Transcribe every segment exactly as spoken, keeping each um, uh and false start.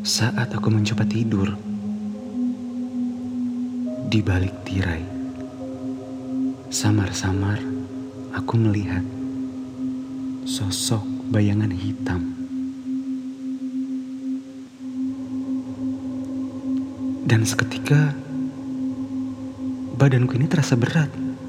Saat aku mencoba tidur di balik tirai, samar-samar aku melihat sosok bayangan hitam. Dan seketika badanku ini terasa berat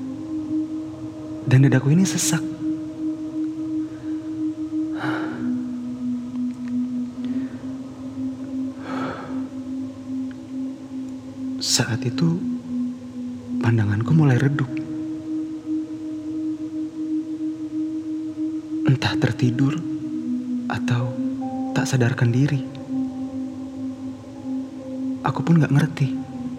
dan dadaku ini sesak. Saat itu pandanganku mulai redup. Entah tertidur atau tak sadarkan diri. Aku pun gak ngerti.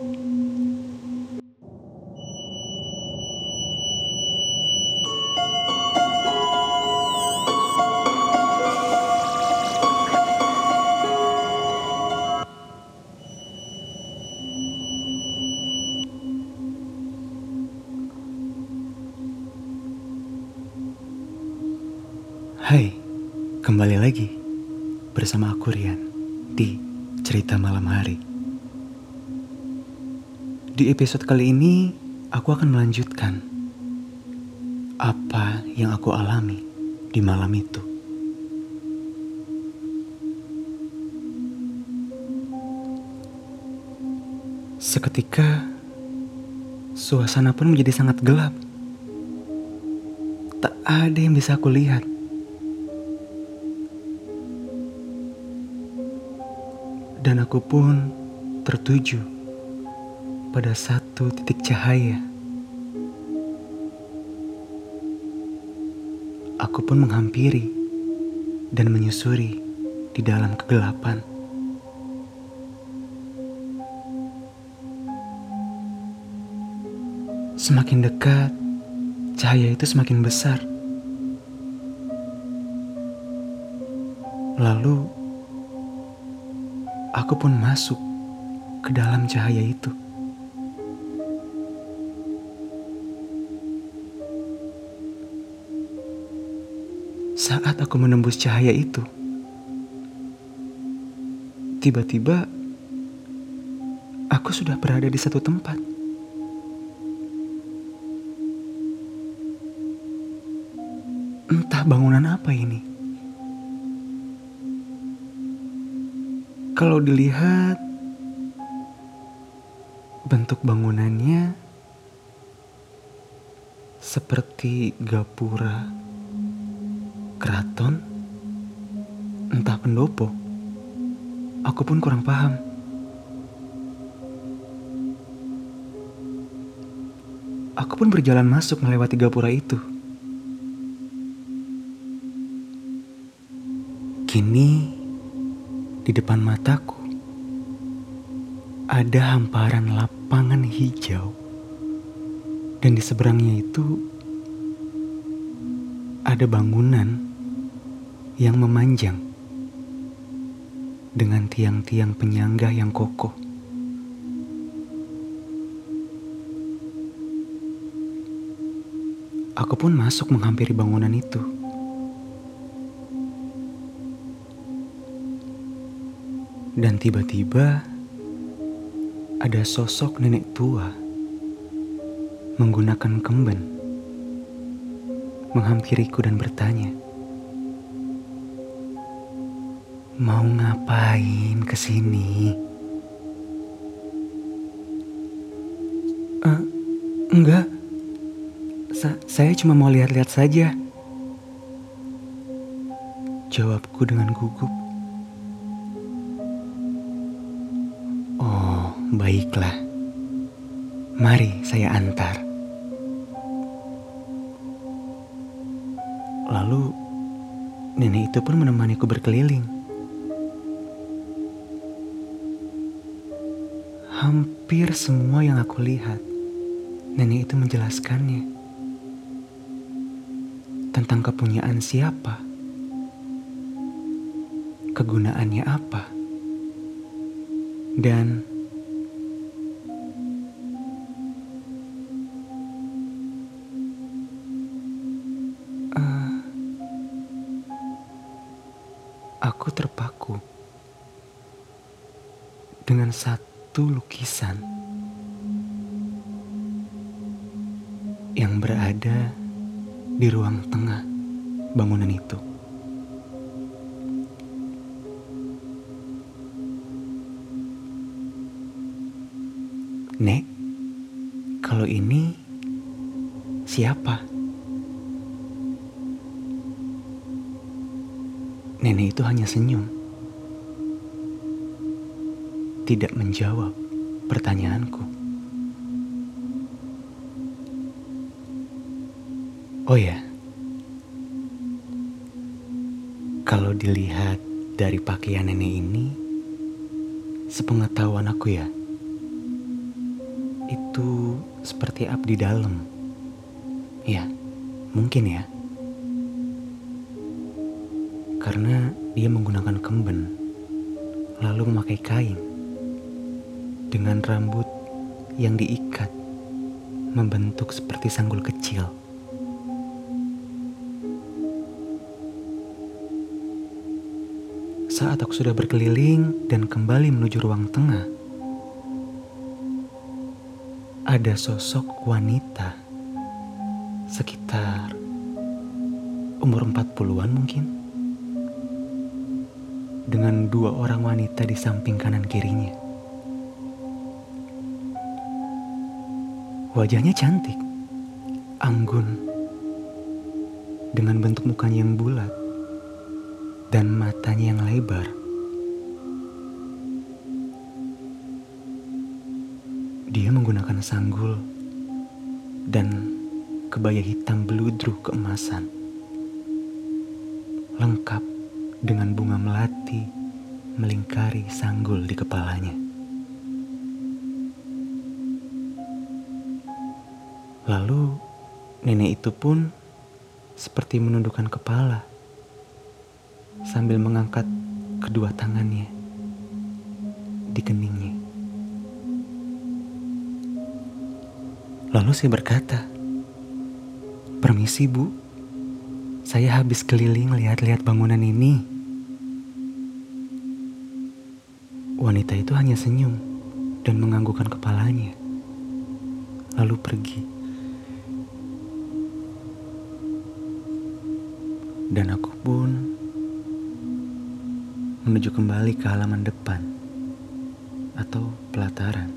Hai, kembali lagi bersama aku Rian di Cerita Malam Hari. Di episode kali ini aku akan melanjutkan apa yang aku alami di malam itu. Seketika suasana pun menjadi sangat gelap. Tak ada yang bisa aku lihat. Dan aku pun tertuju pada satu titik cahaya. Aku pun menghampiri dan menyusuri di dalam kegelapan. Semakin dekat, cahaya itu semakin besar. Lalu aku pun masuk ke dalam cahaya itu. Saat aku menembus cahaya itu, tiba-tiba aku sudah berada di satu tempat. Entah bangunan apa ini. Kalau dilihat, bentuk bangunannya seperti gapura, keraton, entah pendopo. Aku pun kurang paham. Aku pun berjalan masuk melewati gapura itu. Kini, di depan mataku, ada hamparan lapangan hijau. Dan di seberangnya itu, ada bangunan yang memanjang dengan tiang-tiang penyangga yang kokoh. Aku pun masuk menghampiri bangunan itu. Dan tiba-tiba ada sosok nenek tua menggunakan kemben menghampiriku dan bertanya, "Mau ngapain kesini?" Uh, enggak, Sa- saya cuma mau lihat-lihat saja, jawabku dengan gugup. Oh, baiklah. Mari saya antar. Lalu, nenek itu pun menemaniku berkeliling. Hampir semua yang aku lihat, nenek itu menjelaskannya. Tentang kepunyaan siapa, kegunaannya apa, dan uh, aku terpaku. dengan satu lukisan yang berada di ruang tengah bangunan itu. Nek, kalau ini siapa? Nenek itu hanya senyum, tidak menjawab pertanyaanku. Oh ya, kalau dilihat dari pakaian nenek ini, sepengetahuan aku ya, itu seperti abdi dalam. Ya, mungkin ya. Karena dia menggunakan kemben, lalu memakai kain dengan rambut yang diikat membentuk seperti sanggul kecil. Saat aku sudah berkeliling dan kembali menuju ruang tengah, ada sosok wanita sekitar umur empat puluhan mungkin, dengan dua orang wanita di samping kanan kirinya. Wajahnya cantik, anggun, dengan bentuk mukanya yang bulat dan matanya yang lebar. Dia menggunakan sanggul dan kebaya hitam beludru keemasan, lengkap dengan bunga melati melingkari sanggul di kepalanya. Lalu nenek itu pun seperti menundukkan kepala sambil mengangkat kedua tangannya di keningnya. Lalu saya berkata, "Permisi Bu, saya habis keliling lihat-lihat bangunan ini." Wanita itu hanya senyum dan menganggukkan kepalanya, lalu pergi. Dan aku pun menuju kembali ke halaman depan atau pelataran.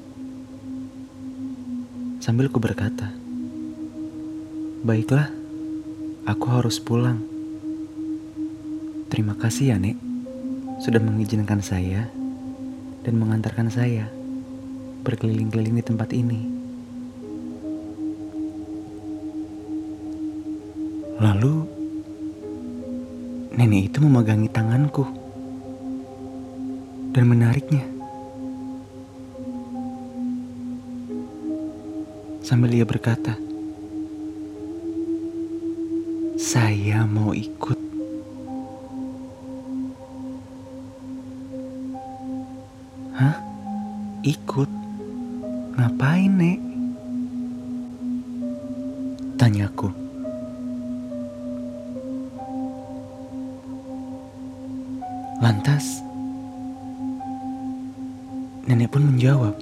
Sambil ku berkata, "Baiklah, aku harus pulang. Terima kasih ya, Nek, sudah mengizinkan saya dan mengantarkan saya berkeliling-keliling di tempat ini." Lalu nenek itu memegangi tanganku dan menariknya. Sambil ia berkata, "Saya mau ikut." Hah? Ikut? Ngapain, Nek? Tanyaku. Lantas, nenek pun menjawab,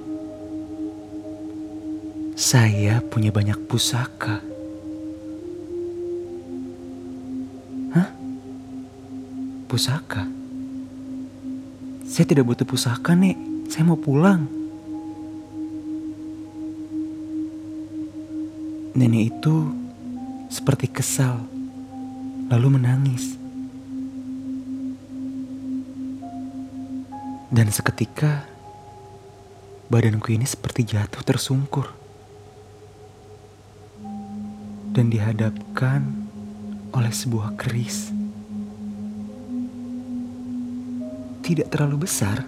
"Saya punya banyak pusaka." Hah? Pusaka? Saya tidak butuh pusaka, Nek. Saya mau pulang. Nenek itu seperti kesal, lalu menangis. Dan seketika, badanku ini seperti jatuh tersungkur dan dihadapkan oleh sebuah keris. Tidak terlalu besar.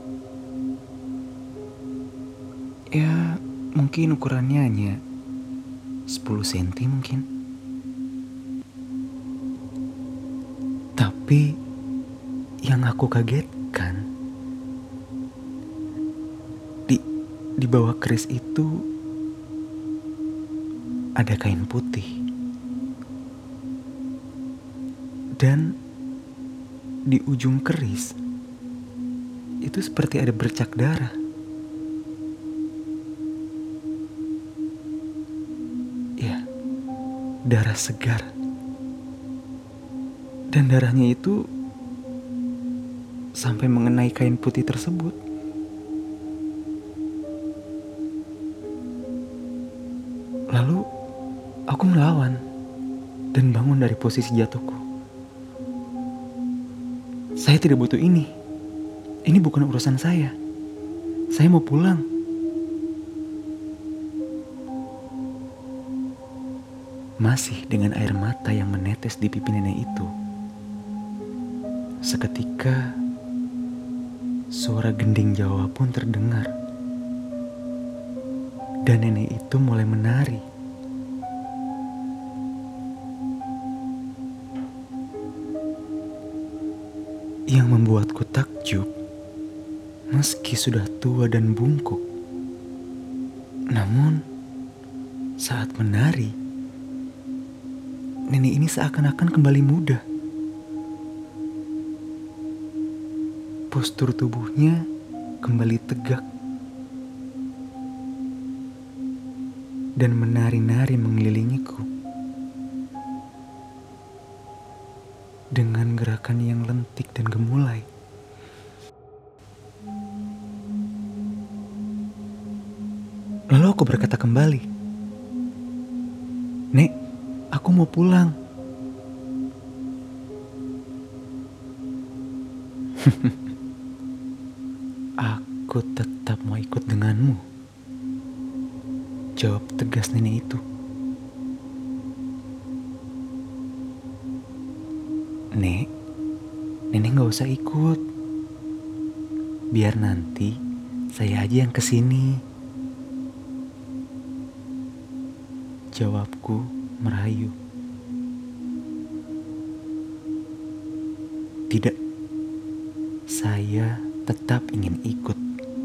Ya, mungkin ukurannya hanya sepuluh sentimeter mungkin. Tapi yang aku kagetkan, di di bawah keris itu ada kain putih. Dan di ujung keris itu seperti ada bercak darah. Ya, darah segar. Dan darahnya itu sampai mengenai kain putih tersebut. Lalu aku melawan dan bangun dari posisi jatuhku. Saya tidak butuh ini. Ini bukan urusan saya. Saya mau pulang. Masih dengan air mata yang menetes di pipi nenek itu, seketika suara gending Jawa pun terdengar. Dan nenek itu mulai menari. Yang membuatku takjub, meski sudah tua dan bungkuk. Namun, saat menari, nenek ini seakan-akan kembali muda. Postur tubuhnya kembali tegak. Dan menari-nari mengelilingiku. Dengan gerakan yang lentik dan gemulai. Lalu aku berkata kembali, "Nek, aku mau pulang." "Aku tetap mau ikut denganmu," jawab tegas nenek itu. "Nek, nenek gak usah ikut. Biar nanti saya aja yang kesini," jawabku merayu. Tidak, saya tetap ingin ikut.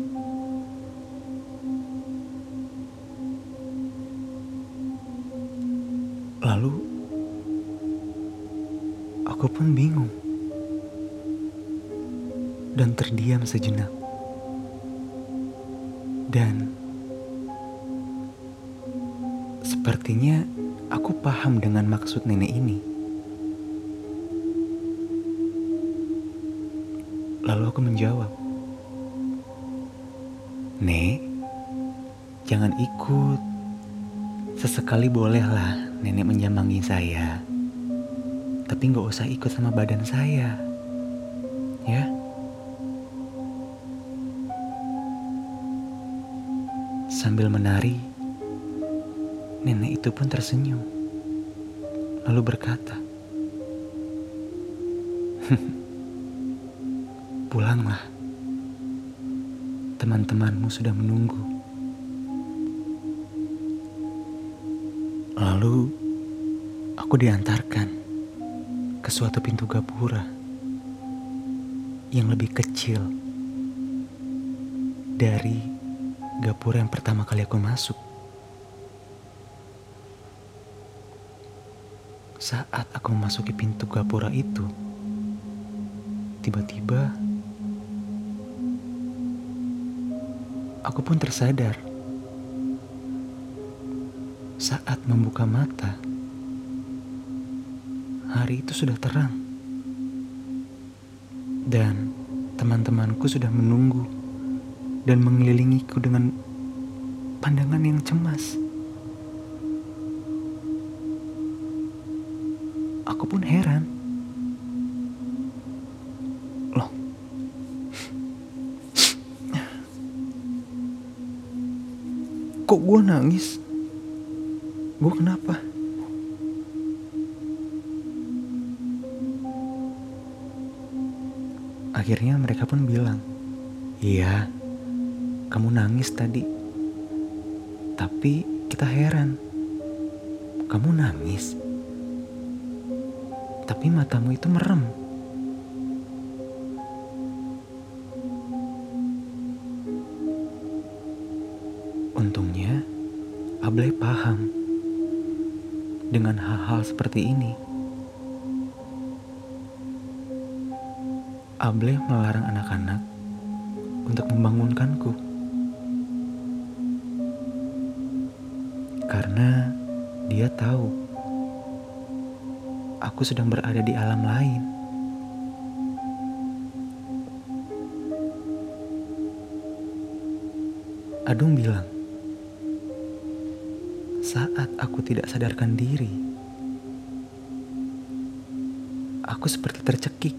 Lalu, aku pun bingung dan terdiam sejenak. Dan sepertinya aku paham dengan maksud nenek ini. Lalu aku menjawab, "Nek, jangan ikut. Sesekali bolehlah nenek menjambangi saya. Tapi gak usah ikut sama badan saya. Ya." Sambil menari, nenek itu pun tersenyum. Lalu berkata, "Pulanglah. Teman-temanmu sudah menunggu." Lalu aku diantarkan ke suatu pintu gapura yang lebih kecil dari gapura yang pertama kali aku masuk. Saat aku memasuki pintu gapura itu, tiba-tiba aku pun tersadar. Saat membuka mata, hari itu sudah terang. Dan teman-temanku sudah menunggu dan mengelilingiku dengan pandangan yang cemas. Aku pun heran. Loh, kok gue nangis? Gue kenapa? Akhirnya mereka pun bilang, "Iya, kamu nangis tadi. Tapi kita heran. Kamu nangis, tapi matamu itu merem." Untungnya, Ablay paham dengan hal-hal seperti ini. Ablay melarang anak-anak untuk membangunkanku. Karena dia tahu aku sedang berada di alam lain. Adung bilang, saat aku tidak sadarkan diri, aku seperti tercekik.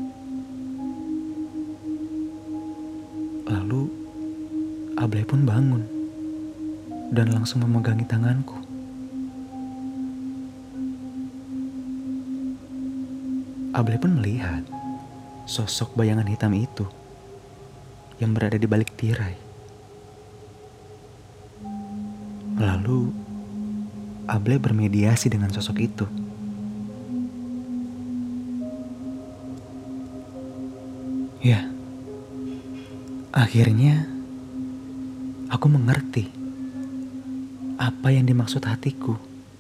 Lalu Ablay pun bangun dan langsung memegangi tanganku. Ablay pun melihat sosok bayangan hitam itu yang berada di balik tirai. Lalu Ablay bermediasi dengan sosok itu. Ya, akhirnya aku mengerti apa yang dimaksud hatiku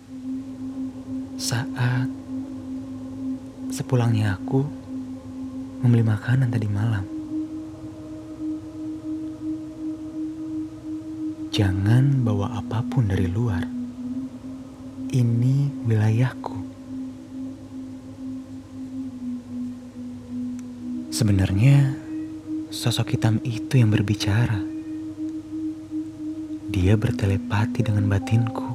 saat sepulangnya aku membeli makanan tadi malam. Jangan bawa apapun dari luar. Ini wilayahku. Sebenarnya sosok hitam itu yang berbicara. Dia bertelepati dengan batinku.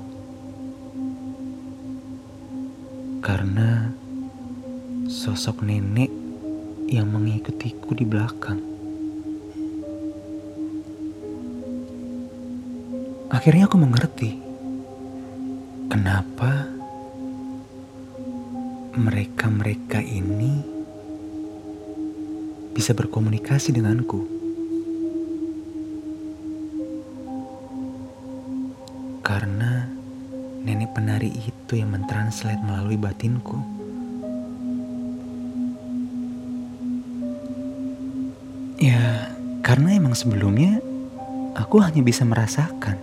Karena sosok nenek yang mengikutiku di belakang. Akhirnya aku mengerti kenapa mereka-mereka ini bisa berkomunikasi denganku. Karena nenek penari itu yang mentranslate melalui batinku. Ya, karena emang sebelumnya aku hanya bisa merasakan.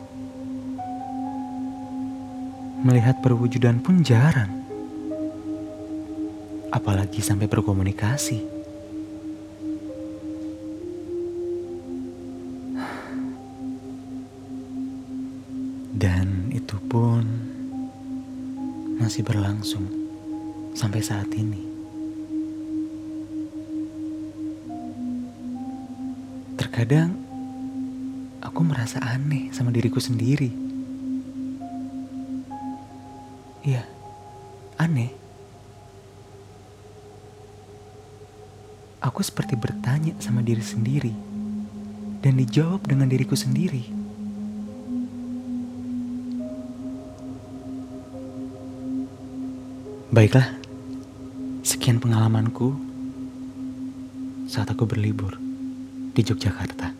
Melihat perwujudan pun jarang. Apalagi sampai berkomunikasi. Dan itu pun masih berlangsung sampai saat ini. Terkadang aku merasa aneh sama diriku sendiri. Iya, aneh. Aku seperti bertanya sama diri sendiri dan dijawab dengan diriku sendiri. Baiklah, sekian pengalamanku saat aku berlibur di Yogyakarta.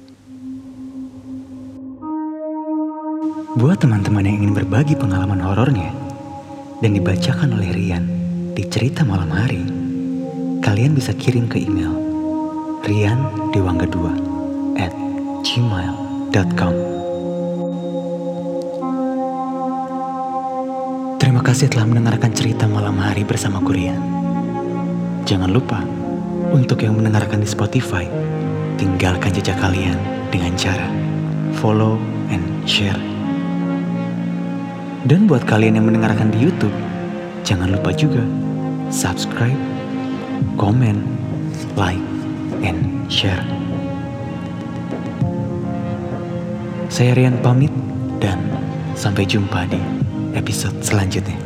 Buat teman-teman yang ingin berbagi pengalaman horornya dan dibacakan oleh Rian di Cerita Malam Hari, kalian bisa kirim ke email riandewangga dua at gmail dot com. Terima kasih telah mendengarkan Cerita Malam Hari bersama Rian. Jangan lupa untuk yang mendengarkan di Spotify, tinggalkan jejak kalian dengan cara follow and share. Dan buat kalian yang mendengarkan di YouTube, jangan lupa juga subscribe, komen, like, and share. Saya Rian pamit dan sampai jumpa di episode selanjutnya.